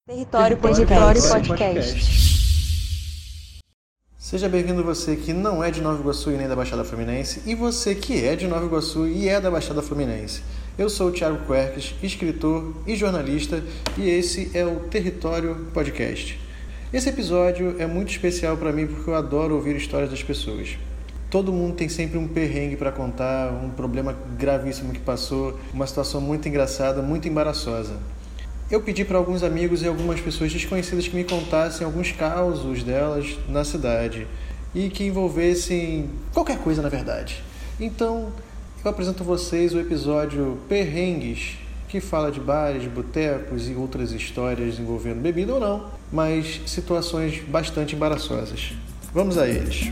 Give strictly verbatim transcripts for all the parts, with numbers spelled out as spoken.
Território Podcast. Podcast. Seja bem-vindo você que não é de Nova Iguaçu e nem da Baixada Fluminense e você que é de Nova Iguaçu e é da Baixada Fluminense. Eu sou o Thiago Querques, escritor e jornalista, e esse é o Território Podcast. Esse episódio é muito especial para mim porque eu adoro ouvir histórias das pessoas. Todo mundo tem sempre um perrengue para contar, um problema gravíssimo que passou, uma situação muito engraçada, muito embaraçosa. Eu pedi para alguns amigos e algumas pessoas desconhecidas que me contassem alguns causos delas na cidade e que envolvessem qualquer coisa, na verdade. Então, eu apresento a vocês o episódio Perrengues, que fala de bares, botecos e outras histórias envolvendo bebida ou não, mas situações bastante embaraçosas. Vamos a eles.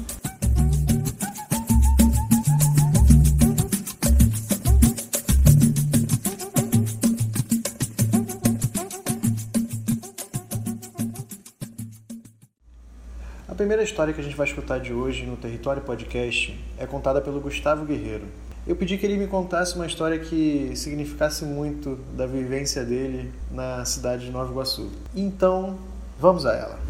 A primeira história que a gente vai escutar de hoje no Território Podcast é contada pelo Gustavo Guerreiro. Eu pedi que ele me contasse uma história que significasse muito da vivência dele na cidade de Nova Iguaçu. Então, vamos a ela.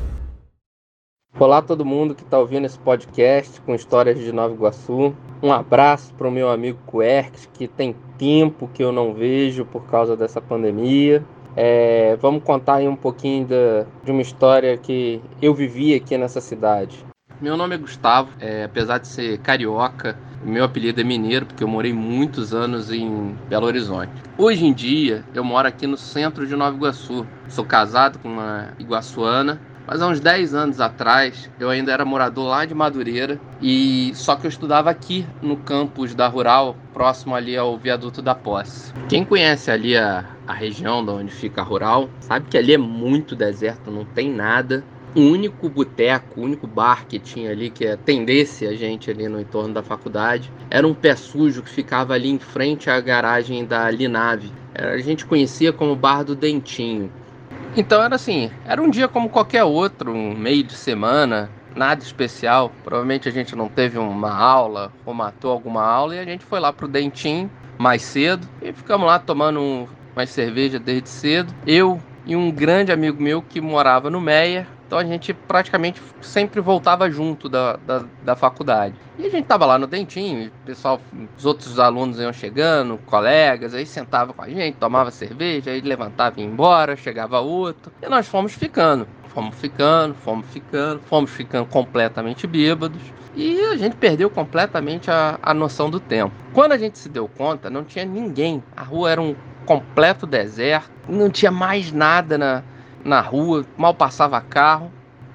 Olá a todo mundo que está ouvindo esse podcast com histórias de Nova Iguaçu. Um abraço para o meu amigo Querques, que tem tempo que eu não vejo por causa dessa pandemia. É, vamos contar aí um pouquinho da, de uma história que eu vivi aqui nessa cidade. Meu nome é Gustavo, é, apesar de ser carioca, meu apelido é mineiro, porque eu morei muitos anos em Belo Horizonte. Hoje em dia, eu moro aqui no centro de Nova Iguaçu. Sou casado com uma iguaçuana, mas há uns dez anos atrás, eu ainda era morador lá de Madureira, e só que eu estudava aqui no campus da Rural, próximo ali ao Viaduto da Posse. Quem conhece ali a, a região de onde fica a Rural, sabe que ali é muito deserto, não tem nada. O único boteco, o único bar que tinha ali, que atendesse a gente ali no entorno da faculdade, era um pé sujo que ficava ali em frente à garagem da Linave. A gente conhecia como Bar do Dentinho. Então era assim, era um dia como qualquer outro, um meio de semana, nada especial. Provavelmente a gente não teve uma aula ou matou alguma aula e a gente foi lá pro Dentinho mais cedo e ficamos lá tomando um, uma cerveja desde cedo. Eu e um grande amigo meu que morava no Meia. Então a gente praticamente sempre voltava junto da, da, da faculdade. E a gente tava lá no Dentinho, o pessoal, os outros alunos iam chegando, colegas, aí sentava com a gente, tomava cerveja, aí levantava e ia embora, chegava outro. E nós fomos ficando, fomos ficando, fomos ficando, fomos ficando completamente bêbados. E a gente perdeu completamente a, a noção do tempo. Quando a gente se deu conta, não tinha ninguém. A rua era um completo deserto, não tinha mais nada na... na rua, mal passava carro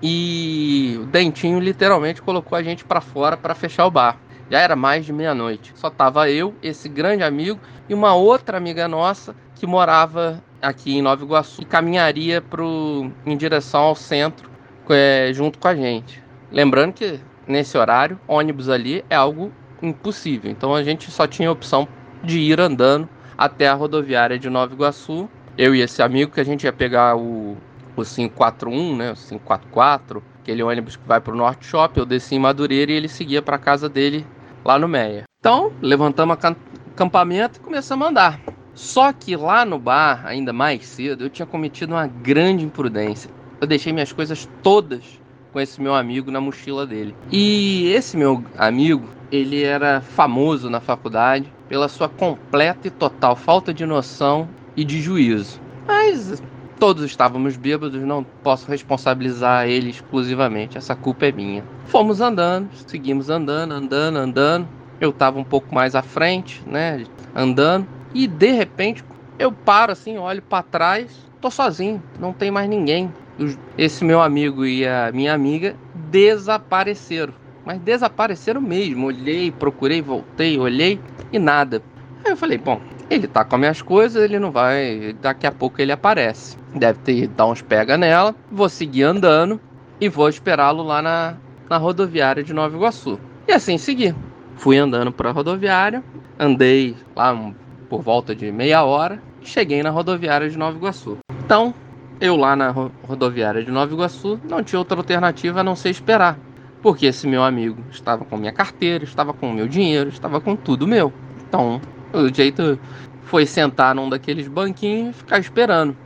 e o Dentinho literalmente colocou a gente para fora para fechar o bar. Já era mais de meia-noite. Só tava eu, esse grande amigo e uma outra amiga nossa que morava aqui em Nova Iguaçu e caminharia pro, em direção ao centro é, junto com a gente. Lembrando que nesse horário, ônibus ali é algo impossível. Então a gente só tinha a opção de ir andando até a rodoviária de Nova Iguaçu. Eu e esse amigo que a gente ia pegar o, o cinco quatro um, né, o cinco quatro quatro, aquele ônibus que vai para o Norte Shopping. Eu desci em Madureira e ele seguia para a casa dele lá no Meia. Então, levantamos o acampamento e começamos a andar. Só que lá no bar, ainda mais cedo, eu tinha cometido uma grande imprudência. Eu deixei minhas coisas todas com esse meu amigo na mochila dele. E esse meu amigo, ele era famoso na faculdade pela sua completa e total falta de noção e de juízo. Mas todos estávamos bêbados, não posso responsabilizar ele exclusivamente, essa culpa é minha. Fomos andando, seguimos andando, andando, andando. Eu estava um pouco mais à frente, né, andando, e de repente eu paro assim, olho para trás, tô sozinho, não tem mais ninguém. Esse meu amigo e a minha amiga desapareceram, mas desapareceram mesmo. Olhei, procurei, voltei, olhei e nada. Aí eu falei, bom, ele tá com as minhas coisas, ele não vai, daqui a pouco ele aparece. Deve ter dar uns pega nela, vou seguir andando e vou esperá-lo lá na, na rodoviária de Nova Iguaçu. E assim segui. Fui andando para a rodoviária, andei lá um, por volta de meia hora e cheguei na rodoviária de Nova Iguaçu. Então, eu lá na ro- rodoviária de Nova Iguaçu não tinha outra alternativa a não ser esperar. Porque esse meu amigo estava com minha carteira, estava com o meu dinheiro, estava com tudo meu. Então, o jeito foi sentar num daqueles banquinhos e ficar esperando.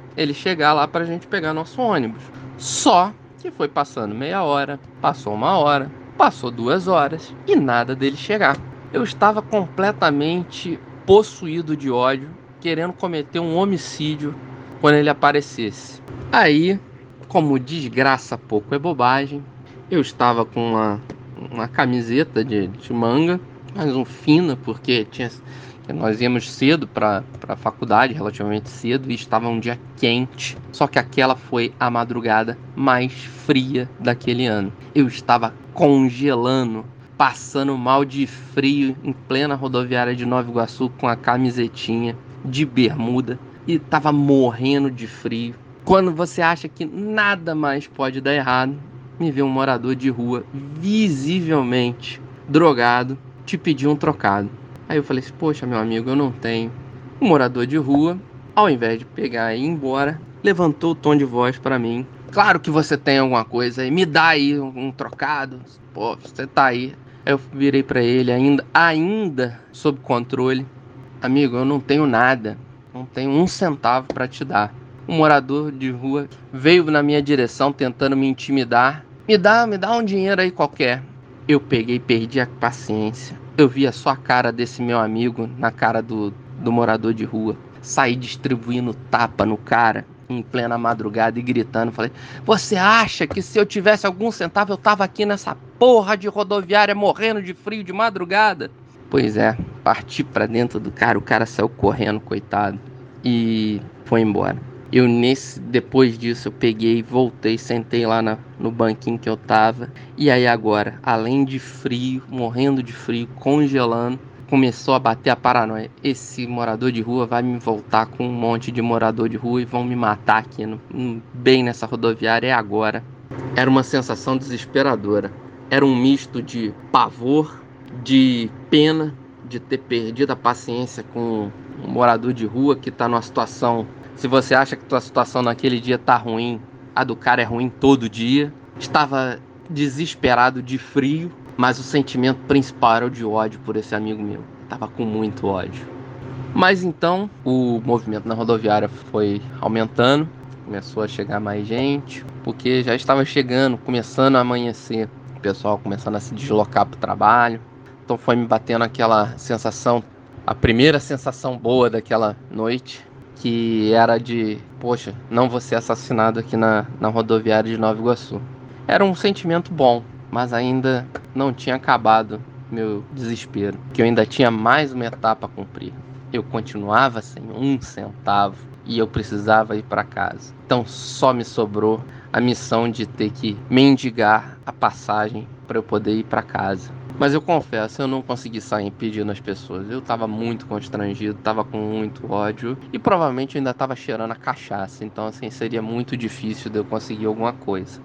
ele chegar lá pra gente pegar nosso ônibus. Só que foi passando meia hora, passou uma hora, passou duas horas e nada dele chegar. Eu estava completamente possuído de ódio, querendo cometer um homicídio quando ele aparecesse. Aí, como desgraça pouco é bobagem, eu estava com uma, uma camiseta de, de manga, mas um fina, porque tinha, nós íamos cedo para a faculdade, relativamente cedo, e estava um dia quente. Só que aquela foi a madrugada mais fria daquele ano. Eu estava congelando, passando mal de frio em plena rodoviária de Nova Iguaçu com a camisetinha de bermuda e estava morrendo de frio. Quando você acha que nada mais pode dar errado, me vê um morador de rua visivelmente drogado te pedir um trocado. Aí eu falei assim, poxa, meu amigo, eu não tenho. O morador de rua, ao invés de pegar e ir embora, levantou o tom de voz para mim. Claro que você tem alguma coisa aí, me dá aí um, um trocado. Pô, você tá aí. Aí eu virei para ele, ainda, ainda sob controle. Amigo, eu não tenho nada. Não tenho um centavo para te dar. Um morador de rua veio na minha direção tentando me intimidar. Me dá, me dá um dinheiro aí qualquer. Eu peguei e perdi a paciência. Eu vi a sua cara desse meu amigo na cara do, do morador de rua. Saí distribuindo tapa no cara em plena madrugada e gritando. Falei, você acha que se eu tivesse algum centavo eu tava aqui nessa porra de rodoviária morrendo de frio de madrugada? Pois é, parti pra dentro do cara, o cara saiu correndo, coitado, e foi embora. Eu nesse, depois disso eu peguei, voltei, sentei lá na, no banquinho que eu tava. E aí agora, além de frio, morrendo de frio, congelando, começou a bater a paranoia. Esse morador de rua vai me voltar com um monte de morador de rua e vão me matar aqui, no, bem nessa rodoviária, é agora. Era uma sensação desesperadora. Era um misto de pavor, de pena, de ter perdido a paciência com um morador de rua que tá numa situação... Se você acha que tua situação naquele dia tá ruim, a do cara é ruim todo dia. Estava desesperado de frio, mas o sentimento principal era o de ódio por esse amigo meu. Tava com muito ódio. Mas então, o movimento na rodoviária foi aumentando, começou a chegar mais gente, porque já estava chegando, começando a amanhecer, o pessoal começando a se deslocar pro trabalho. Então foi me batendo aquela sensação, a primeira sensação boa daquela noite, que era de, poxa, não vou ser assassinado aqui na, na rodoviária de Nova Iguaçu. Era um sentimento bom, mas ainda não tinha acabado meu desespero, que eu ainda tinha mais uma etapa a cumprir. Eu continuava sem um centavo e eu precisava ir para casa. Então só me sobrou a missão de ter que mendigar a passagem para eu poder ir para casa. Mas eu confesso, eu não consegui sair pedindo às pessoas. Eu tava muito constrangido, tava com muito ódio e provavelmente eu ainda tava cheirando a cachaça. Então, assim, seria muito difícil de eu conseguir alguma coisa.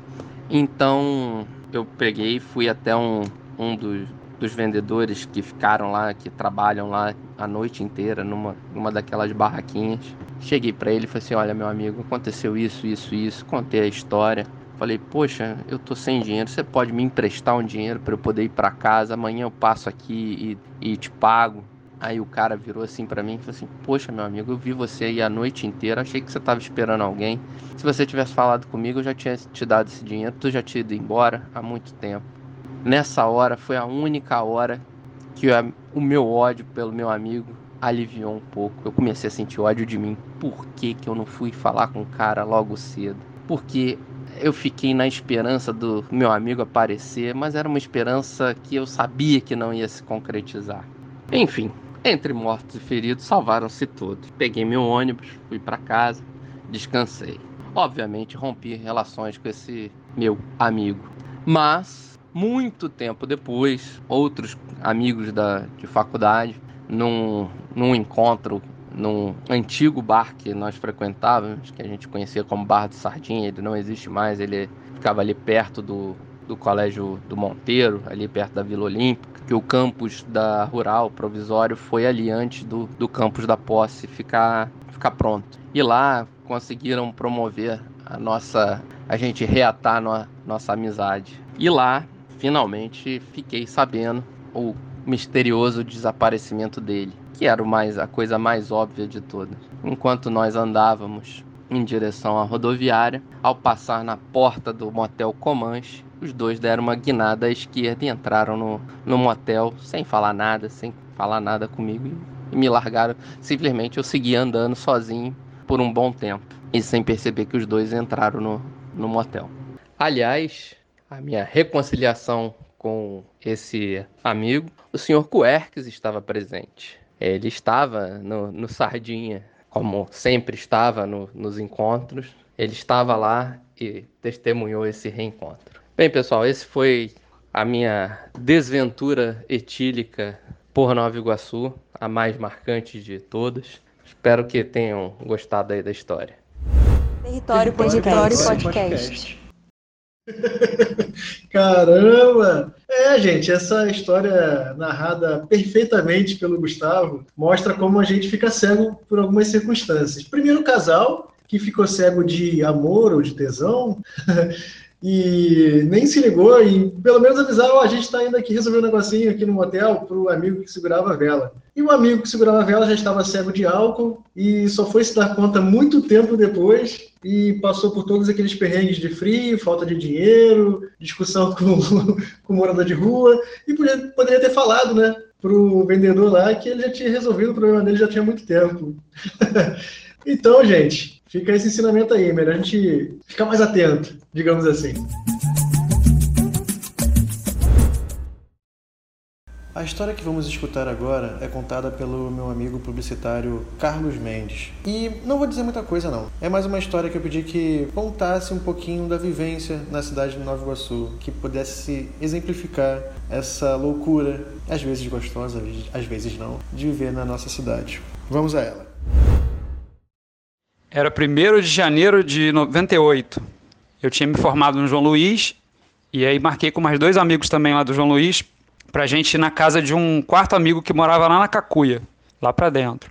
Então, eu peguei e fui até um, um dos, dos vendedores que ficaram lá, que trabalham lá a noite inteira numa, numa daquelas barraquinhas. Cheguei pra ele e falei assim, olha, meu amigo, aconteceu isso, isso, isso. Contei a história. Falei, poxa, eu tô sem dinheiro, você pode me emprestar um dinheiro para eu poder ir para casa? Amanhã eu passo aqui e, e te pago. Aí o cara virou assim para mim e falou assim, poxa, meu amigo, eu vi você aí a noite inteira, achei que você tava esperando alguém. Se você tivesse falado comigo, eu já tinha te dado esse dinheiro, tu já tinha ido embora há muito tempo. Nessa hora, foi a única hora que a, o meu ódio pelo meu amigo aliviou um pouco. Eu comecei a sentir ódio de mim. Por que que eu não fui falar com o cara logo cedo? Porque... eu fiquei na esperança do meu amigo aparecer, mas era uma esperança que eu sabia que não ia se concretizar. Enfim, entre mortos e feridos, salvaram-se todos. Peguei meu ônibus, fui para casa, descansei. Obviamente, rompi relações com esse meu amigo. Mas, muito tempo depois, outros amigos da, de faculdade, num, num encontro num antigo bar que nós frequentávamos, que a gente conhecia como Bar do Sardinha, ele não existe mais, ele ficava ali perto do, do Colégio do Monteiro, ali perto da Vila Olímpica, que o campus da Rural provisório foi ali antes do, do campus da Posse ficar, ficar pronto. E lá conseguiram promover a nossa, a gente reatar a nossa amizade. E lá, finalmente, fiquei sabendo o misterioso desaparecimento dele, que era o mais, a coisa mais óbvia de todas. Enquanto nós andávamos em direção à rodoviária. Ao passar na porta do motel Comanche, os dois deram uma guinada à esquerda e entraram no, no motel sem falar nada, sem falar nada comigo, e me largaram. Simplesmente eu segui andando sozinho por um bom tempo e sem perceber que os dois entraram no, no motel. Aliás, a minha reconciliação com esse amigo, o senhor Querques estava presente. Ele estava no, no Sardinha, como sempre estava no, nos encontros. Ele estava lá e testemunhou esse reencontro. Bem, pessoal, esse foi a minha desventura etílica por Nova Iguaçu, a mais marcante de todas. Espero que tenham gostado aí da história. Território Podcast. Podcast. Caramba! É, gente, essa história narrada perfeitamente pelo Gustavo mostra como a gente fica cego por algumas circunstâncias. Primeiro, o casal que ficou cego de amor ou de tesão e nem se ligou e pelo menos avisar, ó, a gente está indo aqui resolver um negocinho aqui no motel para o amigo que segurava a vela. E o amigo que segurava a vela já estava cego de álcool e só foi se dar conta muito tempo depois e passou por todos aqueles perrengues de frio, falta de dinheiro, discussão com, com o morador de rua e poderia, poderia ter falado, né, pro vendedor lá que ele já tinha resolvido o problema dele já tinha muito tempo. Então, gente, fica esse ensinamento aí, melhor a gente ficar mais atento, digamos assim. A história que vamos escutar agora é contada pelo meu amigo publicitário Carlos Mendes. E não vou dizer muita coisa não. É mais uma história que eu pedi que contasse um pouquinho da vivência na cidade de Nova Iguaçu, que pudesse exemplificar essa loucura, às vezes gostosa, às vezes não, de viver na nossa cidade. Vamos a ela. Era primeiro de janeiro de noventa e oito. Eu tinha me formado no João Luiz e aí marquei com mais dois amigos também lá do João Luiz pra gente ir na casa de um quarto amigo que morava lá na Cacuia, lá pra dentro.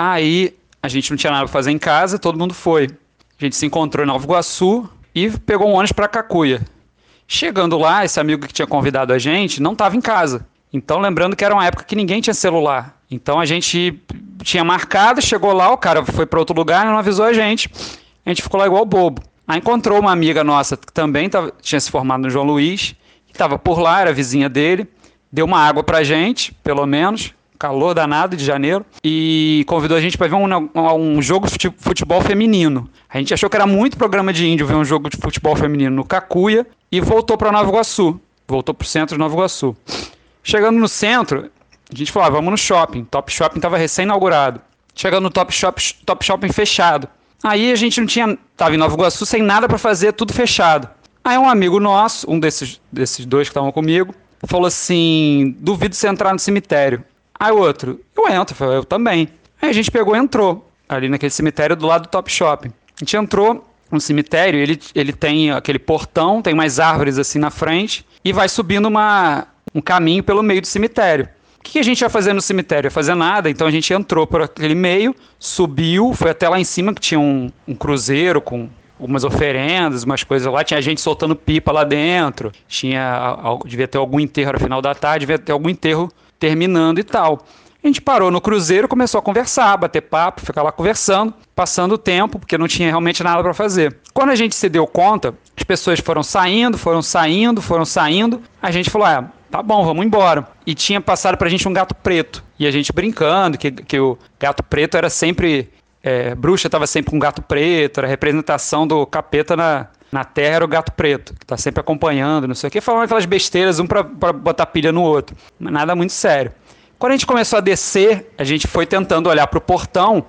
Aí a gente não tinha nada pra fazer em casa, todo mundo foi. A gente se encontrou em Nova Iguaçu e pegou um ônibus pra Cacuia. Chegando lá, esse amigo que tinha convidado a gente não estava em casa. Então, lembrando que era uma época que ninguém tinha celular. Então a gente tinha marcado, chegou lá, o cara foi para outro lugar e não avisou a gente. A gente ficou lá igual bobo. Aí encontrou uma amiga nossa que também tava, tinha se formado no João Luiz, que estava por lá, era vizinha dele. Deu uma água pra gente, pelo menos, calor danado de janeiro, e convidou a gente para ver um, um jogo de futebol feminino. A gente achou que era muito programa de índio ver um jogo de futebol feminino no Cacuia e voltou para Nova Iguaçu, voltou pro centro de Nova Iguaçu. Chegando no centro, a gente falou, ah, vamos no shopping. Top Shopping estava recém-inaugurado. Chegando no Top, Shop, Top Shopping fechado. Aí a gente não tinha, tava em Nova Iguaçu sem nada para fazer, tudo fechado. Aí um amigo nosso, um desses, desses dois que estavam comigo, falou assim, duvido você entrar no cemitério. Aí o outro, eu entro, eu falei, eu também. Aí a gente pegou e entrou, ali naquele cemitério do lado do Top Shopping. A gente entrou no cemitério, ele, ele tem aquele portão, tem mais árvores assim na frente, e vai subindo uma, um caminho pelo meio do cemitério. O que a gente ia fazer no cemitério? Ia fazer nada, então a gente entrou por aquele meio, subiu, foi até lá em cima que tinha um, um cruzeiro com algumas oferendas, umas coisas lá, tinha gente soltando pipa lá dentro, tinha, devia ter algum enterro no final da tarde, devia ter algum enterro terminando e tal. A gente parou no cruzeiro, começou a conversar, bater papo, ficar lá conversando, passando o tempo, porque não tinha realmente nada para fazer. Quando a gente se deu conta, as pessoas foram saindo, foram saindo, foram saindo, a gente falou, ah, tá bom, vamos embora. E tinha passado pra gente um gato preto, e a gente brincando, que, que o gato preto era sempre... É, bruxa estava sempre com um gato preto, era a representação do capeta na, na terra, era o gato preto, que está sempre acompanhando, não sei o que, falando aquelas besteiras, um para botar pilha no outro, mas nada muito sério. Quando a gente começou a descer, a gente foi tentando olhar para o portão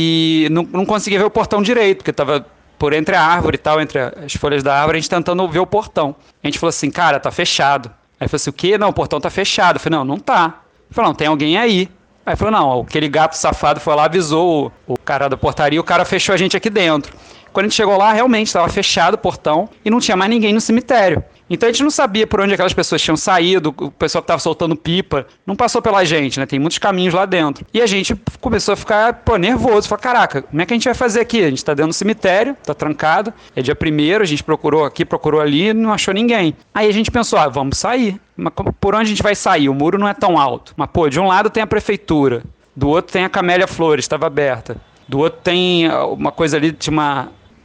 e não, não conseguia ver o portão direito, porque estava por entre a árvore e tal, entre as folhas da árvore, a gente tentando ver o portão. A gente falou assim, cara, tá fechado. Aí falou assim, o quê? Não, o portão tá fechado. Eu falei, não, não tá. Ele falou, não, tem alguém aí. Aí falou, não, aquele gato safado foi lá, avisou o, o cara da portaria, o cara fechou a gente aqui dentro. Quando a gente chegou lá, realmente estava fechado o portão e não tinha mais ninguém no cemitério. Então a gente não sabia por onde aquelas pessoas tinham saído, o pessoal que estava soltando pipa, não passou pela gente, né? Tem muitos caminhos lá dentro. E a gente começou a ficar, pô, nervoso. Falou, caraca, como é que a gente vai fazer aqui? A gente está dentro do cemitério, tá trancado, é dia primeiro, a gente procurou aqui, procurou ali, não achou ninguém. Aí a gente pensou, ah, vamos sair. Mas por onde a gente vai sair? O muro não é tão alto. Mas, pô, de um lado tem a prefeitura, do outro tem a Camélia Flores, estava aberta. Do outro tem uma coisa ali, tinha uma...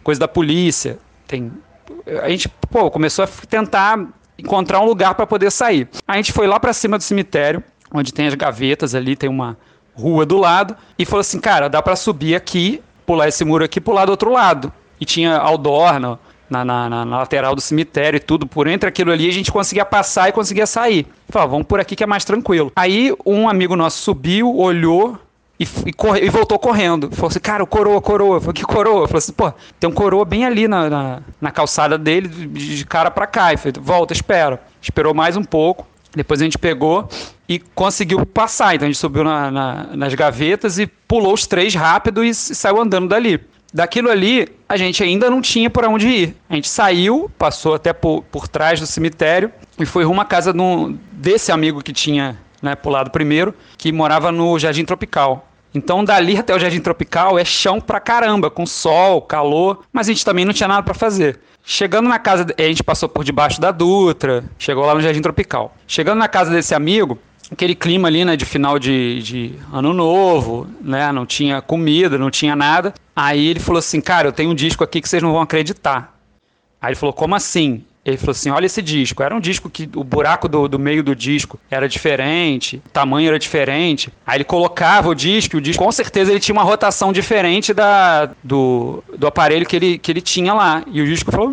coisa da polícia. Tem... A gente, pô, começou a tentar encontrar um lugar para poder sair. A gente foi lá para cima do cemitério, onde tem as gavetas ali, tem uma rua do lado, e falou assim, cara, dá para subir aqui, pular esse muro aqui e pular do outro lado. E tinha outdoor na, na, na, na lateral do cemitério e tudo, por entre aquilo ali a gente conseguia passar e conseguia sair. Falei, vamos por aqui que é mais tranquilo. Aí um amigo nosso subiu, olhou e, e, corre, e voltou correndo. Falou assim, cara, o coroa, coroa. Eu falei, que coroa? Eu falei assim, pô, tem um coroa bem ali na, na, na calçada dele, de, de cara pra cá. Eu falei, volta, espera. Esperou mais um pouco. Depois a gente pegou e conseguiu passar. Então a gente subiu na, na, nas gavetas e pulou os três rápido e, e saiu andando dali. Daquilo ali, a gente ainda não tinha por onde ir. A gente saiu, passou até por, por trás do cemitério e foi rumo à casa no, desse amigo que tinha, né, pulado primeiro, que morava no Jardim Tropical. Então dali até o Jardim Tropical é chão pra caramba, com sol, calor, mas a gente também não tinha nada pra fazer. Chegando na casa, a gente passou por debaixo da Dutra, chegou lá no Jardim Tropical. Chegando na casa desse amigo, aquele clima ali, né, de final de, de ano novo, né, não tinha comida, não tinha nada. Aí ele falou assim, cara, eu tenho um disco aqui que vocês não vão acreditar. Aí ele falou, como assim? Ele falou assim, olha esse disco. Era um disco que o buraco do, do meio do disco era diferente, o tamanho era diferente. Aí ele colocava o disco, e o disco com certeza ele tinha uma rotação diferente da, do, do aparelho que ele, que ele tinha lá. E o disco falou...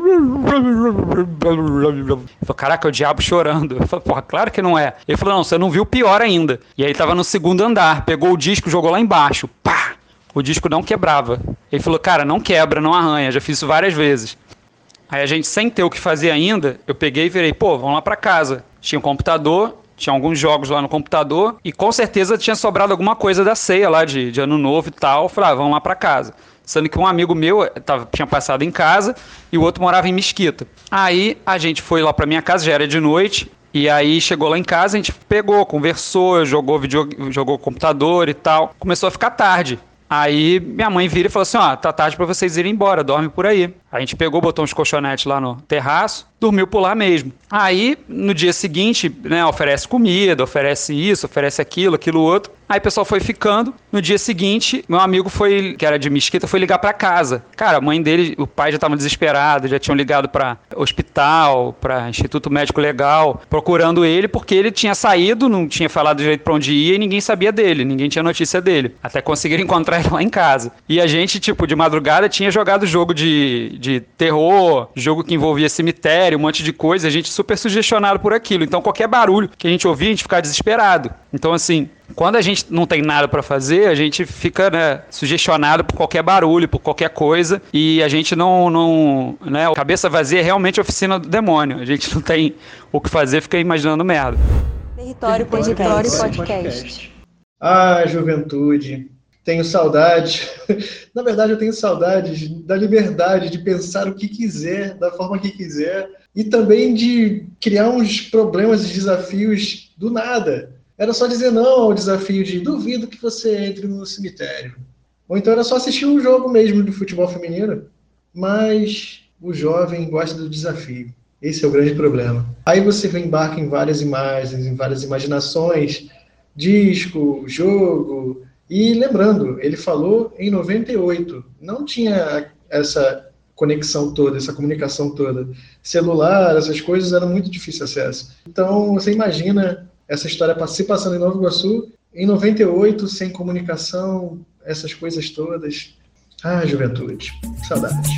Ele falou, caraca, é o diabo chorando. Eu falei, porra, claro que não é. Ele falou, não, você não viu pior ainda. E aí ele tava no segundo andar, pegou o disco, jogou lá embaixo. Pá! O disco não quebrava. Ele falou, cara, não quebra, não arranha, já fiz isso várias vezes. Aí a gente, sem ter o que fazer ainda, eu peguei e virei, pô, vamos lá pra casa. Tinha um computador, tinha alguns jogos lá no computador, e com certeza tinha sobrado alguma coisa da ceia lá de, de ano novo e tal. Eu falei, ah, vamos lá pra casa. Sendo que um amigo meu tava, tinha passado em casa e o outro morava em Mesquita. Aí a gente foi lá pra minha casa, já era de noite, e aí chegou lá em casa, a gente pegou, conversou, jogou, video, jogou computador e tal. Começou a ficar tarde. Aí minha mãe vira e falou assim, ó, tá tarde pra vocês irem embora, dorme por aí. A gente pegou, botou uns colchonetes lá no terraço, dormiu por lá mesmo. Aí, no dia seguinte, né, oferece comida, oferece isso, oferece aquilo, aquilo outro. Aí o pessoal foi ficando. No dia seguinte, meu amigo foi, que era de Mesquita, foi ligar pra casa. Cara, a mãe dele, o pai já estavam desesperados, já tinham ligado pra hospital, pra Instituto Médico Legal, procurando ele, porque ele tinha saído, não tinha falado direito pra onde ia e ninguém sabia dele, ninguém tinha notícia dele. Até conseguiram encontrar ele lá em casa. E a gente, tipo, de madrugada tinha jogado jogo de, de terror, jogo que envolvia cemitério, um monte de coisa, a gente super sugestionado por aquilo. Então qualquer barulho que a gente ouvia, a gente ficava desesperado. Então assim, quando a gente não tem nada pra fazer, a gente fica, né, sugestionado por qualquer barulho, por qualquer coisa, e a gente não, não, né, cabeça vazia é realmente a oficina do demônio. A gente não tem o que fazer, fica imaginando merda. Território, Território Podcast. Podcast. Ah, juventude, tenho saudade. Na verdade, eu tenho saudades da liberdade de pensar o que quiser, da forma que quiser, e também de criar uns problemas e desafios do nada. Era só dizer não ao desafio de duvido que você entre no cemitério. Ou então era só assistir um jogo mesmo de futebol feminino. Mas o jovem gosta do desafio. Esse é o grande problema. Aí você embarca em várias imagens, em várias imaginações, disco, jogo. E lembrando, ele falou em noventa e oito. Não tinha essa conexão toda, essa comunicação toda. Celular, essas coisas eram muito difícil acesso. Então você imagina essa história se passando em Nova Iguaçu, em noventa e oito, sem comunicação, essas coisas todas. Ah, juventude, saudade.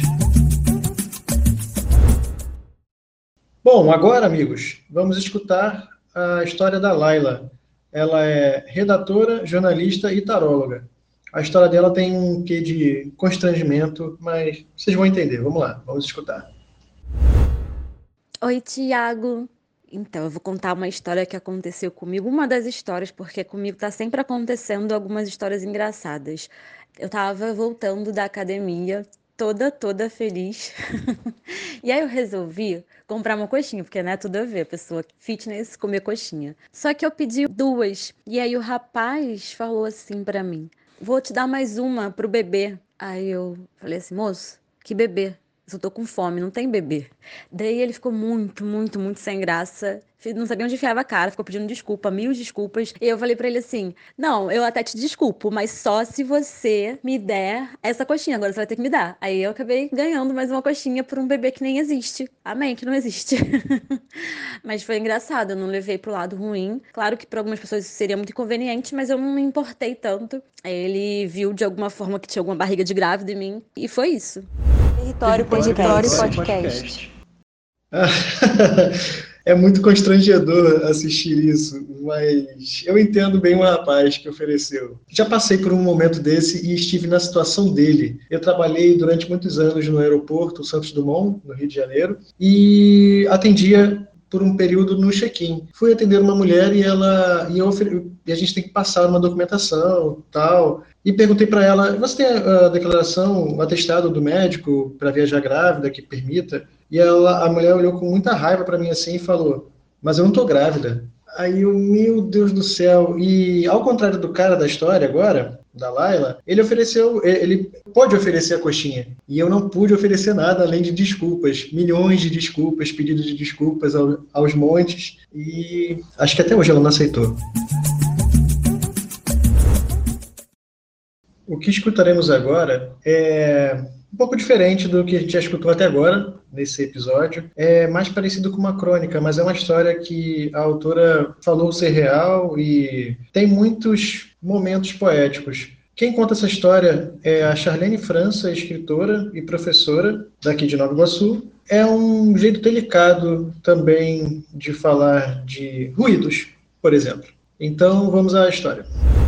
Bom, agora, amigos, vamos escutar a história da Laila. Ela é redatora, jornalista e taróloga. A história dela tem um quê de constrangimento, mas vocês vão entender. Vamos lá, vamos escutar. Oi, Tiago. Então, eu vou contar uma história que aconteceu comigo, uma das histórias, porque comigo tá sempre acontecendo algumas histórias engraçadas. Eu tava voltando da academia, toda, toda feliz. E aí eu resolvi comprar uma coxinha, porque não é tudo a ver, pessoa fitness comer coxinha. Só que eu pedi duas, e aí o rapaz falou assim pra mim, vou te dar mais uma pro bebê. Aí eu falei assim, moço, que bebê? eu só tô com fome, não tem bebê. Daí ele ficou muito, muito, muito sem graça. Não sabia onde enfiava a cara, ficou pedindo desculpa, mil desculpas. E eu falei pra ele assim, não, eu até te desculpo, mas só se você me der essa coxinha, agora você vai ter que me dar. Aí eu acabei ganhando mais uma coxinha por um bebê que nem existe. Amém, que não existe. Mas foi engraçado, eu não levei pro lado ruim. Claro que para algumas pessoas isso seria muito inconveniente, mas eu não me importei tanto. Ele viu de alguma forma que tinha alguma barriga de grávida em mim, e foi isso. Território Podcast. Podcast. É muito constrangedor assistir isso, mas eu entendo bem o rapaz que ofereceu. Já passei por um momento desse e estive na situação dele. Eu trabalhei durante muitos anos no aeroporto Santos Dumont, no Rio de Janeiro, e atendia por um período no check-in. Fui atender uma mulher e ela e, eu, e a gente tem que passar uma documentação, tal. E perguntei para ela, você tem a, a declaração, o atestado do médico para viajar grávida que permita? E ela, a mulher olhou com muita raiva para mim assim e falou, mas eu não tô grávida. Aí eu, meu Deus do céu. E ao contrário do cara da história agora, da Laila, ele ofereceu, ele pode oferecer a coxinha. E eu não pude oferecer nada além de desculpas. Milhões de desculpas, pedidos de desculpas ao, aos montes. E acho que até hoje ela não aceitou. O que escutaremos agora é um pouco diferente do que a gente já escutou até agora, nesse episódio. É mais parecido com uma crônica, mas é uma história que a autora falou ser real e tem muitos momentos poéticos. Quem conta essa história é a Charlene França, escritora e professora daqui de Nova Iguaçu. É um jeito delicado também de falar de ruídos, por exemplo. Então, vamos à história.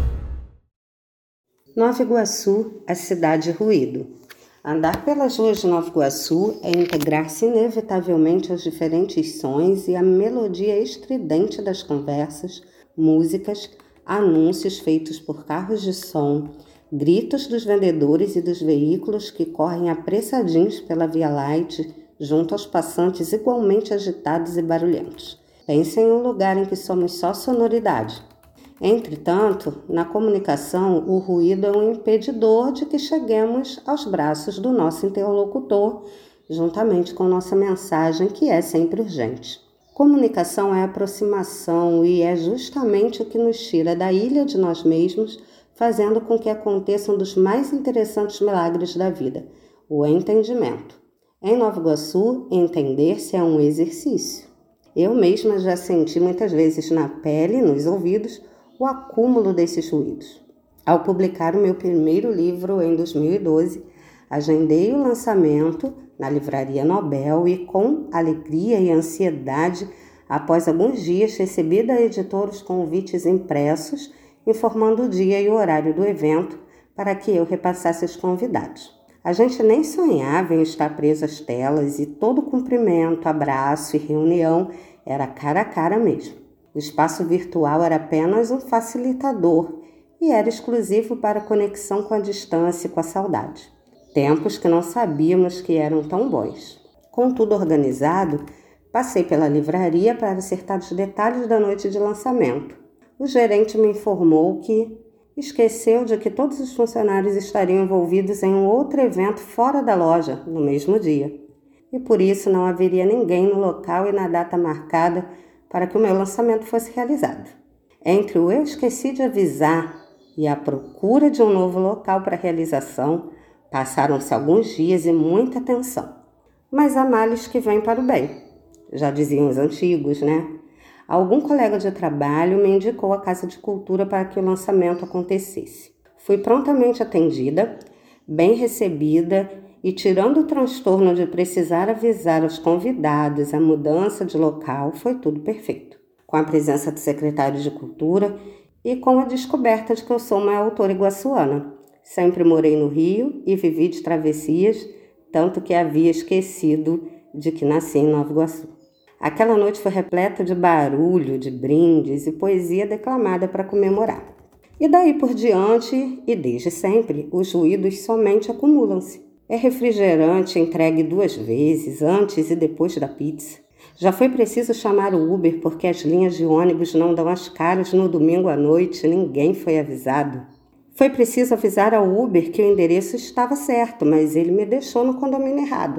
Nova Iguaçu, a cidade ruído. Andar pelas ruas de Nova Iguaçu é integrar-se inevitavelmente aos diferentes sons e à melodia estridente das conversas, músicas, anúncios feitos por carros de som, gritos dos vendedores e dos veículos que correm apressadinhos pela Via Light junto aos passantes igualmente agitados e barulhentos. Pense em um lugar em que somos só sonoridade. Entretanto, na comunicação, o ruído é um impedidor de que cheguemos aos braços do nosso interlocutor, juntamente com nossa mensagem, que é sempre urgente. Comunicação é aproximação e é justamente o que nos tira da ilha de nós mesmos, fazendo com que aconteça um dos mais interessantes milagres da vida, o entendimento. Em Nova Iguaçu, entender-se é um exercício. Eu mesma já senti muitas vezes na pele e nos ouvidos o acúmulo desses ruídos. Ao publicar o meu primeiro livro em dois mil e doze, agendei o lançamento na Livraria Nobel e, com alegria e ansiedade, após alguns dias recebi da editora os convites impressos, informando o dia e o horário do evento para que eu repassasse os convidados. A gente nem sonhava em estar preso às telas e todo cumprimento, abraço e reunião era cara a cara mesmo. O espaço virtual era apenas um facilitador e era exclusivo para a conexão com a distância e com a saudade. Tempos que não sabíamos que eram tão bons. Com tudo organizado, passei pela livraria para acertar os detalhes da noite de lançamento. O gerente me informou que esqueceu de que todos os funcionários estariam envolvidos em um outro evento fora da loja no mesmo dia. E por isso não haveria ninguém no local e na data marcada para que o meu lançamento fosse realizado. Entre o eu esqueci de avisar e a procura de um novo local para realização, passaram-se alguns dias e muita tensão. Mas há males que vêm para o bem. Já diziam os antigos, né? Algum colega de trabalho me indicou a Casa de Cultura para que o lançamento acontecesse. Fui prontamente atendida, bem recebida e, tirando o transtorno de precisar avisar os convidados a mudança de local, foi tudo perfeito. Com a presença do secretário de Cultura e com a descoberta de que eu sou uma autora iguaçuana. Sempre morei no Rio e vivi de travessias, tanto que havia esquecido de que nasci em Nova Iguaçu. Aquela noite foi repleta de barulho, de brindes e poesia declamada para comemorar. E daí por diante, e desde sempre, os ruídos somente acumulam-se. É refrigerante entregue duas vezes, antes e depois da pizza. Já foi preciso chamar o Uber porque as linhas de ônibus não dão as caras no domingo à noite, ninguém foi avisado. Foi preciso avisar ao Uber que o endereço estava certo, mas ele me deixou no condomínio errado.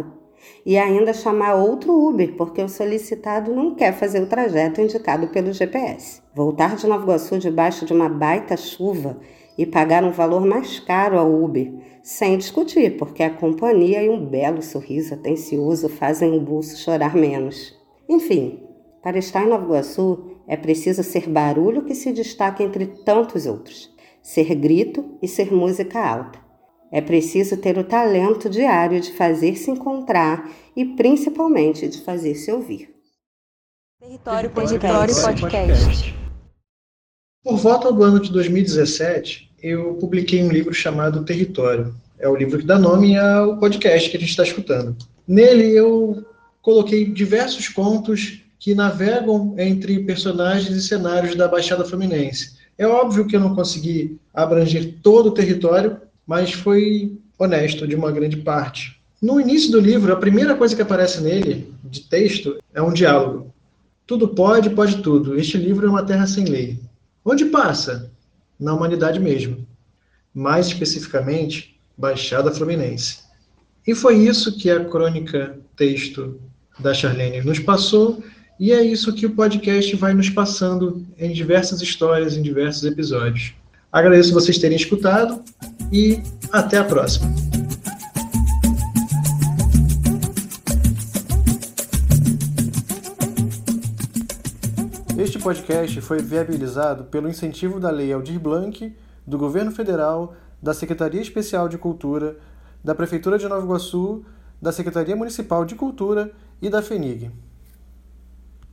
E ainda chamar outro Uber, porque o solicitado não quer fazer o trajeto indicado pelo G P S. Voltar de Nova Iguaçu debaixo de uma baita chuva e pagar um valor mais caro ao Uber, sem discutir, porque a companhia e um belo sorriso atencioso fazem o bolso chorar menos. Enfim, para estar em Nova Iguaçu é preciso ser barulho que se destaca entre tantos outros, ser grito e ser música alta. É preciso ter o talento diário de fazer se encontrar e, principalmente, de fazer se ouvir. Território Podcast. Podcast. Por volta do ano de dois mil e dezessete, eu publiquei um livro chamado Território. É o livro que dá nome ao podcast que a gente está escutando. Nele eu coloquei diversos contos que navegam entre personagens e cenários da Baixada Fluminense. É óbvio que eu não consegui abranger todo o território, mas foi honesto de uma grande parte. No início do livro, a primeira coisa que aparece nele, de texto, é um diálogo. Tudo pode, pode tudo. Este livro é uma terra sem lei. Onde passa? Na humanidade mesmo. Mais especificamente, Baixada Fluminense. E foi isso que a crônica texto da Charlene nos passou, e é isso que o podcast vai nos passando em diversas histórias, em diversos episódios. Agradeço vocês terem escutado e até a próxima. Este podcast foi viabilizado pelo incentivo da Lei Aldir Blanc, do Governo Federal, da Secretaria Especial de Cultura, da Prefeitura de Nova Iguaçu, da Secretaria Municipal de Cultura e da FENIG.